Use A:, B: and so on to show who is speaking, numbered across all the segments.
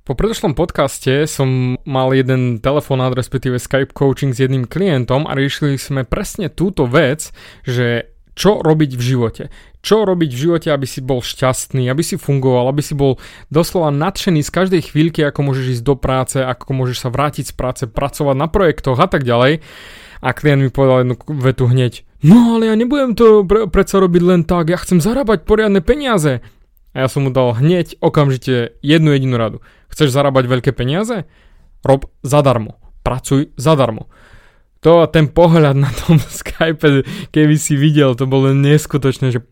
A: Po predošlom podcaste som mal jeden telefonát, respektíve Skype coaching s jedným klientom a riešili sme presne túto vec, že čo robiť v živote. Čo robiť v živote, aby si bol šťastný, aby si fungoval, aby si bol doslova nadšený z každej chvíľky, ako môžeš ísť do práce, ako môžeš sa vrátiť z práce, pracovať na projektoch a tak ďalej. A klient mi povedal jednu vetu hneď. No ale ja nebudem to predsa robiť len tak, ja chcem zarábať poriadne peniaze. A ja som mu dal hneď okamžite jednu jedinú radu. Chceš zarábať veľké peniaze? Rob zadarmo. Pracuj zadarmo. To ten pohľad na tom Skype, keby si videl, to bolo neskutočné, že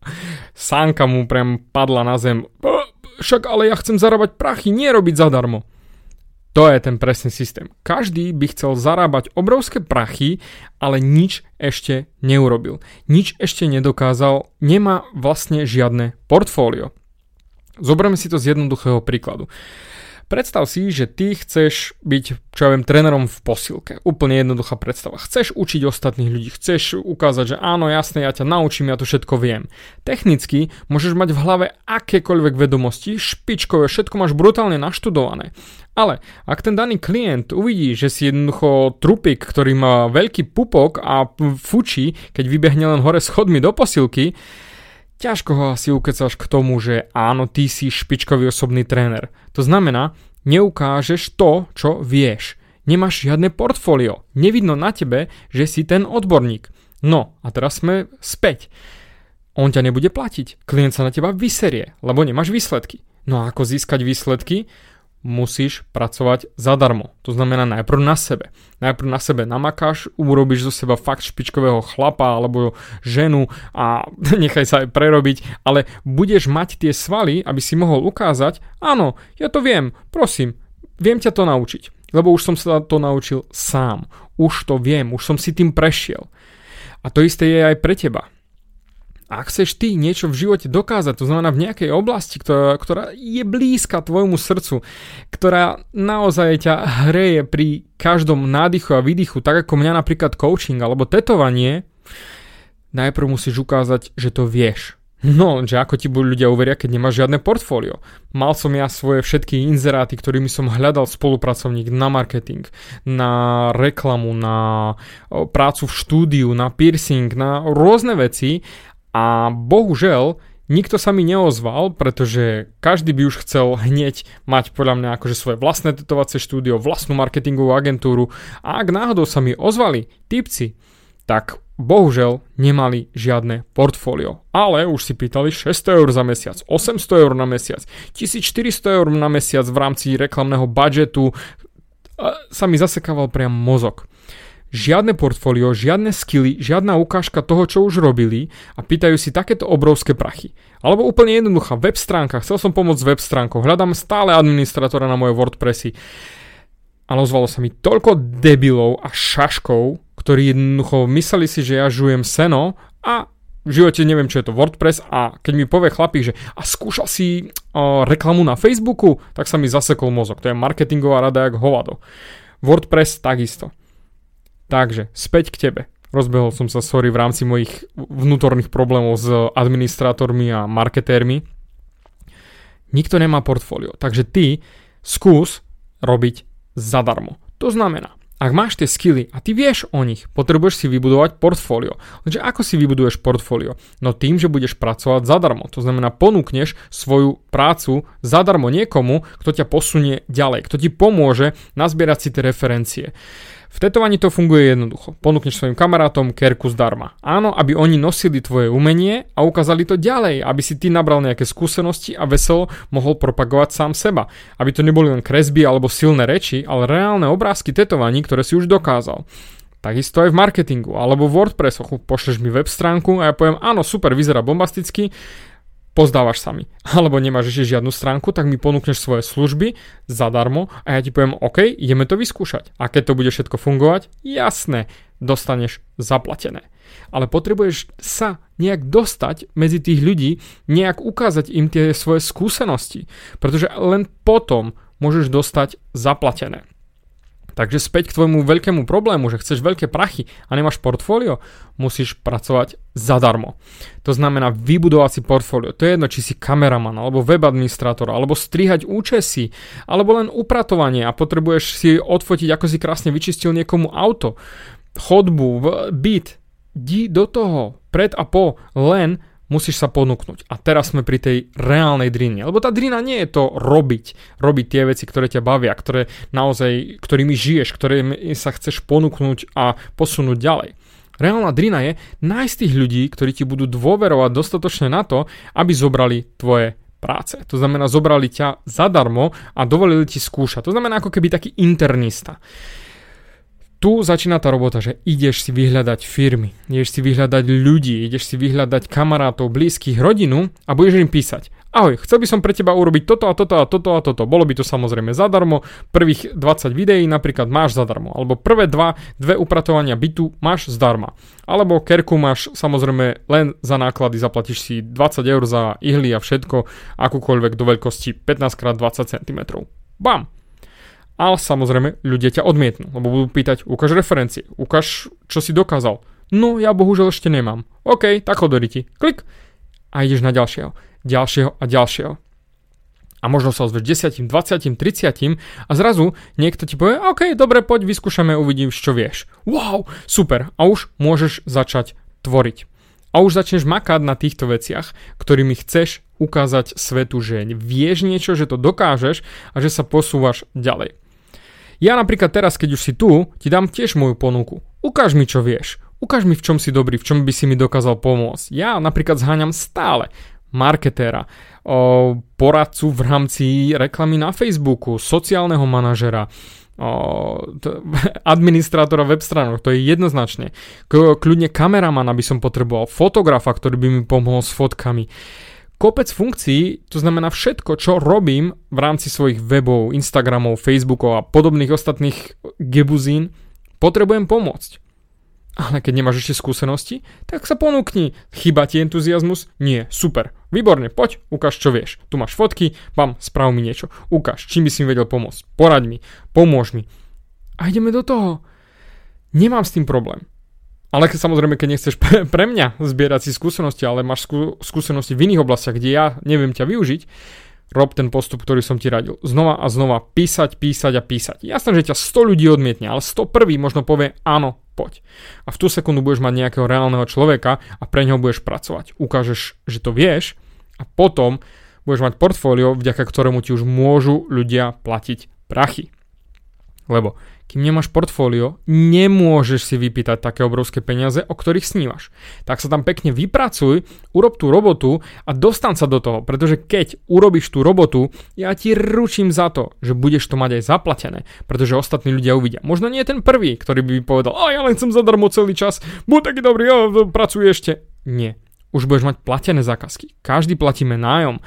A: sánka mu priam padla na zem. Však ale ja chcem zarábať prachy, nie robiť zadarmo. To je ten presný systém. Každý by chcel zarábať obrovské prachy, ale nič ešte neurobil. Nič ešte nedokázal, nemá vlastne žiadne portfólio. Zoberme si to z jednoduchého príkladu. Predstav si, že ty chceš byť, čo ja viem, trénerom v posilke. Úplne jednoduchá predstava. Chceš učiť ostatných ľudí, chceš ukázať, že áno, jasné, ja ťa naučím, ja to všetko viem. Technicky môžeš mať v hlave akékoľvek vedomosti, špičkové, všetko máš brutálne naštudované. Ale ak ten daný klient uvidí, že si jednoducho trupík, ktorý má veľký pupok a fučí, keď vybehne len hore schodmi do posilky, ťažko ho asi ukecáš k tomu, že áno, ty si špičkový osobný tréner. To znamená, neukážeš to, čo vieš. Nemáš žiadne portfólio. Nevidno na tebe, že si ten odborník. No, a teraz sme späť. On ťa nebude platiť. Klient sa na teba vyserie, lebo nemáš výsledky. No a ako získať výsledky? Musíš pracovať zadarmo. To znamená najprv na sebe. Najprv na sebe namakáš, urobíš zo seba fakt špičkového chlapa alebo ženu a nechaj sa aj prerobiť, ale budeš mať tie svaly, aby si mohol ukázať, áno, ja to viem, prosím, viem ťa to naučiť. Lebo už som sa to naučil sám. Už to viem, už som si tým prešiel. A to isté je aj pre teba. Ak chceš ty niečo v živote dokázať, to znamená v nejakej oblasti, ktorá je blízka tvojmu srdcu, ktorá naozaj ťa hreje pri každom nádychu a výdychu, tak ako mňa napríklad coaching alebo tetovanie, najprv musíš ukázať, že to vieš. No, že ako ti budú ľudia uveria, keď nemáš žiadne portfólio. Mal som ja svoje všetky inzeráty, ktorými som hľadal spolupracovník na marketing, na reklamu, na prácu v štúdiu, na piercing, na rôzne veci. A bohužiaľ, nikto sa mi neozval, pretože každý by už chcel hneď mať podľa mňa akože svoje vlastné tetovacie štúdio, vlastnú marketingovú agentúru. A ak náhodou sa mi ozvali típci, tak bohužiaľ nemali žiadne portfólio. Ale už si pýtali 600 eur za mesiac, 800 eur na mesiac, 1400 eur na mesiac v rámci reklamného budžetu. Sa mi zasekával priam mozog. Žiadne portfólio, žiadne skily, žiadna ukážka toho, čo už robili a pýtajú si takéto obrovské prachy. Alebo úplne jednoduchá, web stránka. Chcel som pomôcť s web stránkou, hľadám stále administratora na moje WordPressy. Ale ozvalo sa mi toľko debilov a šaškov, ktorí jednoducho mysleli si, že ja žujem seno a v živote neviem, čo je to WordPress a keď mi povie chlapík, že a skúšal si reklamu na Facebooku, tak sa mi zasekol mozog. To je marketingová rada jak hovado. WordPress takisto. Takže, späť k tebe. Rozbehol som sa, v rámci mojich vnútorných problémov s administrátormi a marketérmi. Nikto nemá portfólio, takže ty skús robiť zadarmo. To znamená, ak máš tie skily a ty vieš o nich, potrebuješ si vybudovať portfólio. Lenže ako si vybuduješ portfólio? No tým, že budeš pracovať zadarmo. To znamená, ponúkneš svoju prácu zadarmo niekomu, kto ťa posunie ďalej, kto ti pomôže nazbierať si tie referencie. V tetovaní to funguje jednoducho. Ponúkneš svojim kamarátom kerku zdarma. Áno, aby oni nosili tvoje umenie a ukázali to ďalej, aby si ty nabral nejaké skúsenosti a veselo mohol propagovať sám seba. Aby to neboli len kresby alebo silné reči, ale reálne obrázky tetovaní, ktoré si už dokázal. Takisto aj v marketingu alebo v WordPressoch. Pošleš mi web stránku a ja poviem, áno, super, vyzerá bombasticky, pozdávaš sa mi, alebo nemáš ešte žiadnu stránku, tak mi ponúkneš svoje služby zadarmo a ja ti poviem, OK, ideme to vyskúšať. A keď to bude všetko fungovať, jasné, dostaneš zaplatené. Ale potrebuješ sa nejak dostať medzi tých ľudí, nejak ukázať im tie svoje skúsenosti, pretože len potom môžeš dostať zaplatené. Takže späť k tvojmu veľkému problému, že chceš veľké prachy a nemáš portfólio, musíš pracovať zadarmo. To znamená vybudovať si portfólio. To je jedno, či si kameraman, alebo web administrátor, alebo strihať účesy, alebo len upratovanie a potrebuješ si odfotiť, ako si krásne vyčistil niekomu auto, chodbu, byt. Di do toho, pred a po, len musíš sa ponúknuť. A teraz sme pri tej reálnej drine. Lebo tá drina nie je to robiť tie veci, ktoré ťa bavia, ktoré naozaj, ktorými žiješ, ktorými sa chceš ponúknuť a posunúť ďalej. Reálna drina je nájsť tých ľudí, ktorí ti budú dôverovať dostatočne na to, aby zobrali tvoje práce. To znamená, zobrali ťa zadarmo a dovolili ti skúšať. To znamená ako keby taký internista. Tu začína tá robota, že ideš si vyhľadať firmy, ideš si vyhľadať ľudí, ideš si vyhľadať kamarátov, blízkych, rodinu a budeš im písať. Ahoj, chcel by som pre teba urobiť toto a toto a toto a toto. Bolo by to samozrejme zadarmo. Prvých 20 videí napríklad máš zadarmo. Alebo prvé dve upratovania bytu máš zdarma. Alebo kerku máš samozrejme len za náklady, zaplatíš si 20 eur za ihly a všetko, akúkoľvek do veľkosti 15x20 cm. Bam! Ale samozrejme ľudia ťa odmietnú, lebo budú pýtať, ukáž referencie, ukáž, čo si dokázal. No, ja bohužiaľ ešte nemám. OK, tak hodori ti. Klik a ideš na ďalšieho a ďalšieho. A možno sa ozveš 10, 20, 30 a zrazu niekto ti povie, OK, dobre, poď, vyskúšame, uvidíš, čo vieš. Wow, super. A už môžeš začať tvoriť. A už začneš makať na týchto veciach, ktorými chceš ukázať svetu, že vieš niečo, že to dokážeš a že sa posúvaš ďalej. Ja napríklad teraz, keď už si tu, ti dám tiež moju ponuku. Ukáž mi, čo vieš. Ukáž mi, v čom si dobrý, v čom by si mi dokázal pomôcť. Ja napríklad zháňam stále marketéra, poradcu v rámci reklamy na Facebooku, sociálneho manažera, administrátora web stránok, to je jednoznačne. Kľudne kameraman, aby som potreboval, fotografa, ktorý by mi pomohol s fotkami. Kopec funkcií, to znamená všetko, čo robím v rámci svojich webov, Instagramov, Facebookov a podobných ostatných gebuzín, potrebujem pomôcť. Ale keď nemáš ešte skúsenosti, tak sa ponúkni. Chýba ti entuziasmus? Nie. Super. Výborne, poď, ukáž, čo vieš. Tu máš fotky, bam, sprav mi niečo. Ukáž, čím by si mi vedel pomôcť. Poraď mi, pomôž mi. A ideme do toho. Nemám s tým problém. Ale samozrejme, keď nechceš pre mňa zbierať si skúsenosti, ale máš skúsenosti v iných oblastiach, kde ja neviem ťa využiť, rob ten postup, ktorý som ti radil. Znova a znova písať a písať. Jasné, že ťa 100 ľudí odmietne, ale 101 možno povie áno, poď. A v tú sekundu budeš mať nejakého reálneho človeka a pre ňoho budeš pracovať. Ukážeš, že to vieš a potom budeš mať portfólio, vďaka ktorému ti už môžu ľudia platiť prachy. Lebo kým nemáš portfólio, nemôžeš si vypýtať také obrovské peniaze, o ktorých snívaš. Tak sa tam pekne vypracuj, urob tú robotu a dostan sa do toho, pretože keď urobíš tú robotu, ja ti ručím za to, že budeš to mať aj zaplatené, pretože ostatní ľudia uvidia. Možno nie ten prvý, ktorý by povedal, ja len chcem zadarmo celý čas, buď taký dobrý, pracuj ešte. Nie. Už budeš mať platené zákazky. Každý platíme nájom,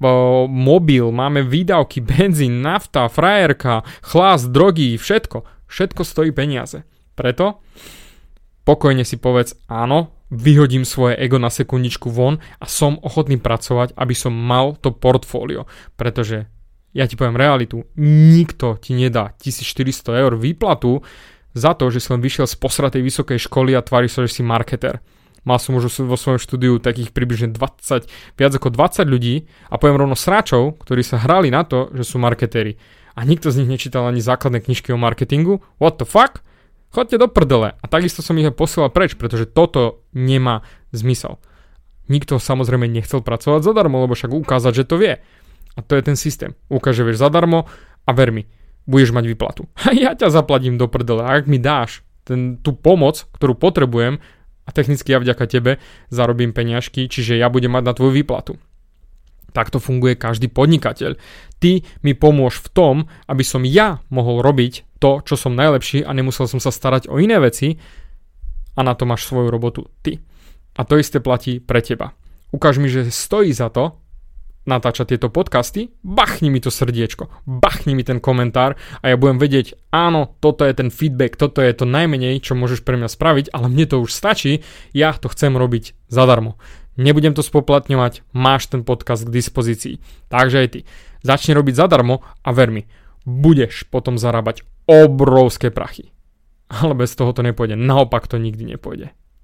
A: mobil, máme výdavky, benzín, nafta, frajerka, chlast, drogy, všetko. Všetko stojí peniaze. Preto pokojne si povedz áno, vyhodím svoje ego na sekundičku von a som ochotný pracovať, aby som mal to portfólio. Pretože ja ti poviem realitu, nikto ti nedá 1400 eur výplatu za to, že som vyšiel z posratej vysokej školy a tváriš sa, že si marketer. Mal som už vo svojom štúdiu takých približne viac ako 20 ľudí a poviem rovno sráčov, ktorí sa hrali na to, že sú marketéri. A nikto z nich nečítal ani základné knižky o marketingu. What the fuck? Chodte do prdele. A takisto som ich posielal preč, pretože toto nemá zmysel. Nikto samozrejme nechcel pracovať zadarmo, lebo však ukázať, že to vie. A to je ten systém. Ukáže, vieš zadarmo a ver mi, budeš mať výplatu. A ja ťa zaplatím do prdele. A ak mi dáš tú pomoc, ktorú potrebujem, a technicky ja vďaka tebe zarobím peniažky, čiže ja budem mať na tvoju výplatu. Takto funguje každý podnikateľ. Ty mi pomôž v tom, aby som ja mohol robiť to, čo som najlepší a nemusel som sa starať o iné veci a na to máš svoju robotu ty. A to isté platí pre teba. Ukáž mi, že stojí za to natáčať tieto podcasty, bachni mi to srdiečko, bachni mi ten komentár a ja budem vedieť, áno, toto je ten feedback, toto je to najmenej, čo môžeš pre mňa spraviť, ale mne to už stačí, ja to chcem robiť zadarmo. Nebudem to spoplatňovať, máš ten podcast k dispozícii. Takže aj ty. Začni robiť zadarmo a ver mi, budeš potom zarábať obrovské prachy. Ale bez toho to nepôjde. Naopak to nikdy nepôjde.